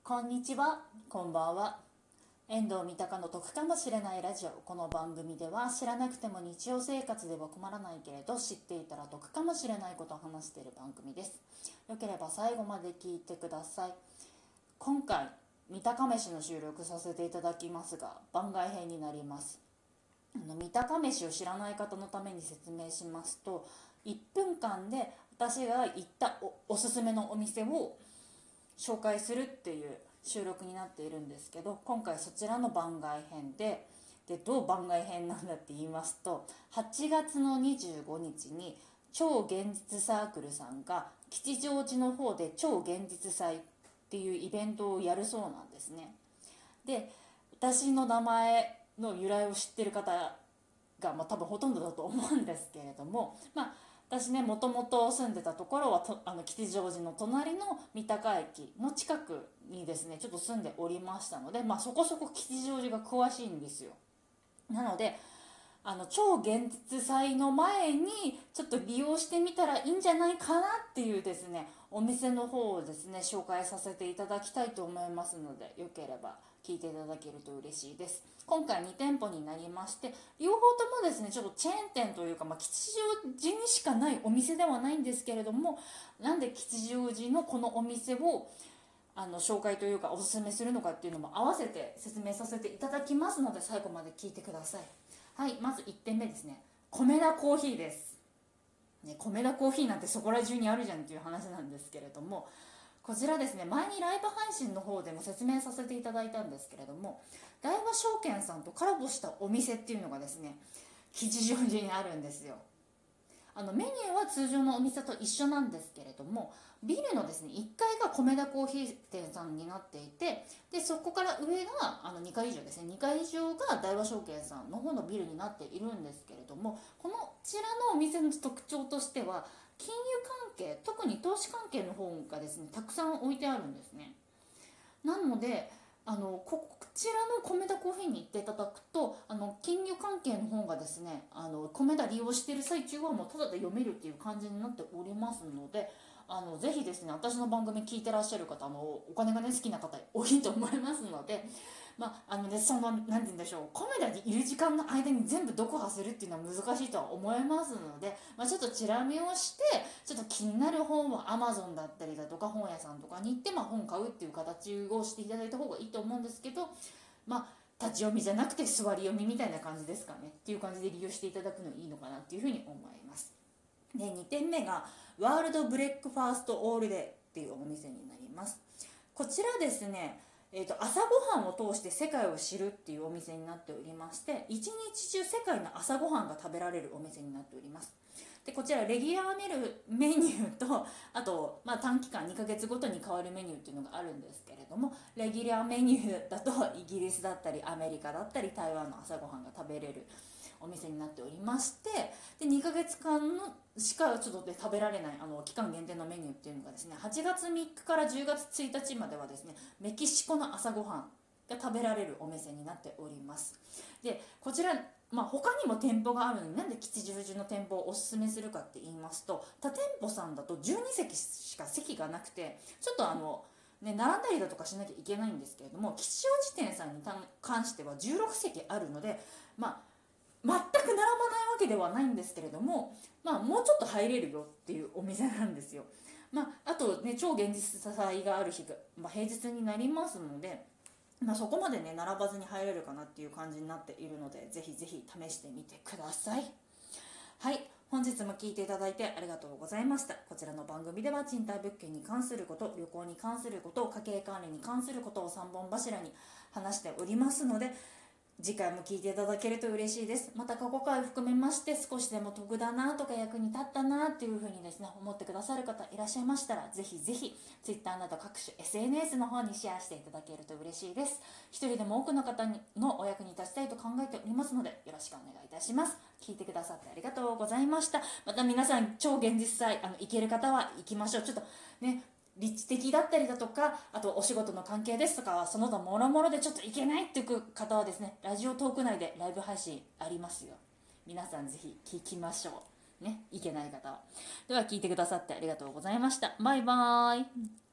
こんにちは、こんばんは。遠藤三鷹の得かもしれないラジオ。この番組では知らなくても日常生活では困らないけれど知っていたら得かもしれないことを話している番組です。よければ最後まで聞いてください。今回三鷹飯の収録させていただきますが、番外編になります。三鷹飯を知らない方のために説明しますと、1分間で私が行ったおすすめのお店を紹介するっていう収録になっているんですけど、今回そちらの番外編でどう番外編なんだって言いますと、8月の25日に超現実サークルさんが吉祥寺の方で超現実祭っていうイベントをやるそうなんですね。で、私の名前の由来を知ってる方が、多分ほとんどだと思うんですけれども、私ね、もともと住んでたところは吉祥寺の隣の三鷹駅の近くにですねちょっと住んでおりましたので、そこそこ吉祥寺が詳しいんですよ。なので超現実祭の前にちょっと利用してみたらいいんじゃないかなっていうですねお店の方をですね紹介させていただきたいと思いますので、よければ聞いていただけると嬉しいです。今回2店舗になりまして、両方ともですねちょっとチェーン店というか、吉祥寺にしかないお店ではないんですけれども、なんで吉祥寺のこのお店を紹介というかおすすめするのかっていうのも合わせて説明させていただきますので、最後まで聞いてください。はい、まず1点目ですね、米田コーヒーです、米田コーヒーなんてそこら中にあるじゃんっていう話なんですけれども、こちらですね、前にライブ配信の方でも説明させていただいたんですけれども、大和証券さんとコラボしたお店っていうのがですね吉祥寺にあるんですよ。メニューは通常のお店と一緒なんですけれども、ビルのですね1階が米田コーヒー店さんになっていて、でそこから上が2階以上ですね、2階以上が大和証券さんの方のビルになっているんですけれども、こちらのお店の特徴としては金融関係、特に投資関係の本がですねたくさん置いてあるんですね。なのでこちらの米田コーヒーに行っていただくと、金融関係の本がですね米田利用している最中はもうただで読めるっていう感じになっておりますので、ぜひですね私の番組聞いてらっしゃる方お金がね好きな方多いと思いますので、その何て言うんでしょう、米田にいる時間の間に全部読破するっていうのは難しいとは思いますので、ちょっとチラ見をしてちょっと気になる本は Amazon だったりだとか本屋さんとかに行って、本買うっていう形をしていただいた方がいいと思うんですけど、立ち読みじゃなくて座り読みみたいな感じですかねっていう感じで利用していただくのいいのかなっていうふうに思います。で、2点目がワールドブレックファーストオールデーっていうお店になります。こちらですね、朝ごはんを通して世界を知るっていうお店になっておりまして、一日中世界の朝ごはんが食べられるお店になっております。でこちらレギュラーメニューと、あと、短期間2ヶ月ごとに変わるメニューっていうのがあるんですけれども、レギュラーメニューだとイギリスだったりアメリカだったり台湾の朝ごはんが食べれるお店になっておりまして、で2ヶ月間のしかちょっとで食べられない期間限定のメニューっていうのがですね、8月3日から10月1日まではですねメキシコの朝ごはんが食べられるお店になっております。でこちら他にも店舗があるのになんで吉祥寺の店舗をおすすめするかって言いますと、他店舗さんだと12席しか席がなくて、ちょっと並んだりだとかしなきゃいけないんですけれども、吉祥寺店さんに関しては16席あるので、全く並ばないわけではないんですけれども、もうちょっと入れるよっていうお店なんですよ。あとね、超現実祭がある日が、平日になりますので、そこまでね並ばずに入れるかなっていう感じになっているので、ぜひぜひ試してみてください。はい、本日も聞いていただいてありがとうございました。こちらの番組では賃貸物件に関すること、旅行に関すること、家計管理に関することを3本柱に話しておりますので、次回も聞いていただけると嬉しいです。また過去回を含めまして少しでも得だなとか役に立ったなっていう風にですね思ってくださる方いらっしゃいましたら、ぜひぜひ Twitter など各種 SNS の方にシェアしていただけると嬉しいです。一人でも多くの方のお役に立ちたいと考えておりますので、よろしくお願いいたします。聞いてくださってありがとうございました。また皆さん超現実祭行ける方は行きましょう。ちょっとね立地的だったりだとか、あとお仕事の関係ですとか、その他もろもろでちょっといけないっていう方はですね、ラジオトーク内でライブ配信ありますよ。皆さんぜひ聞きましょうね、いけない方は。では聞いてくださってありがとうございました。バイバーイ。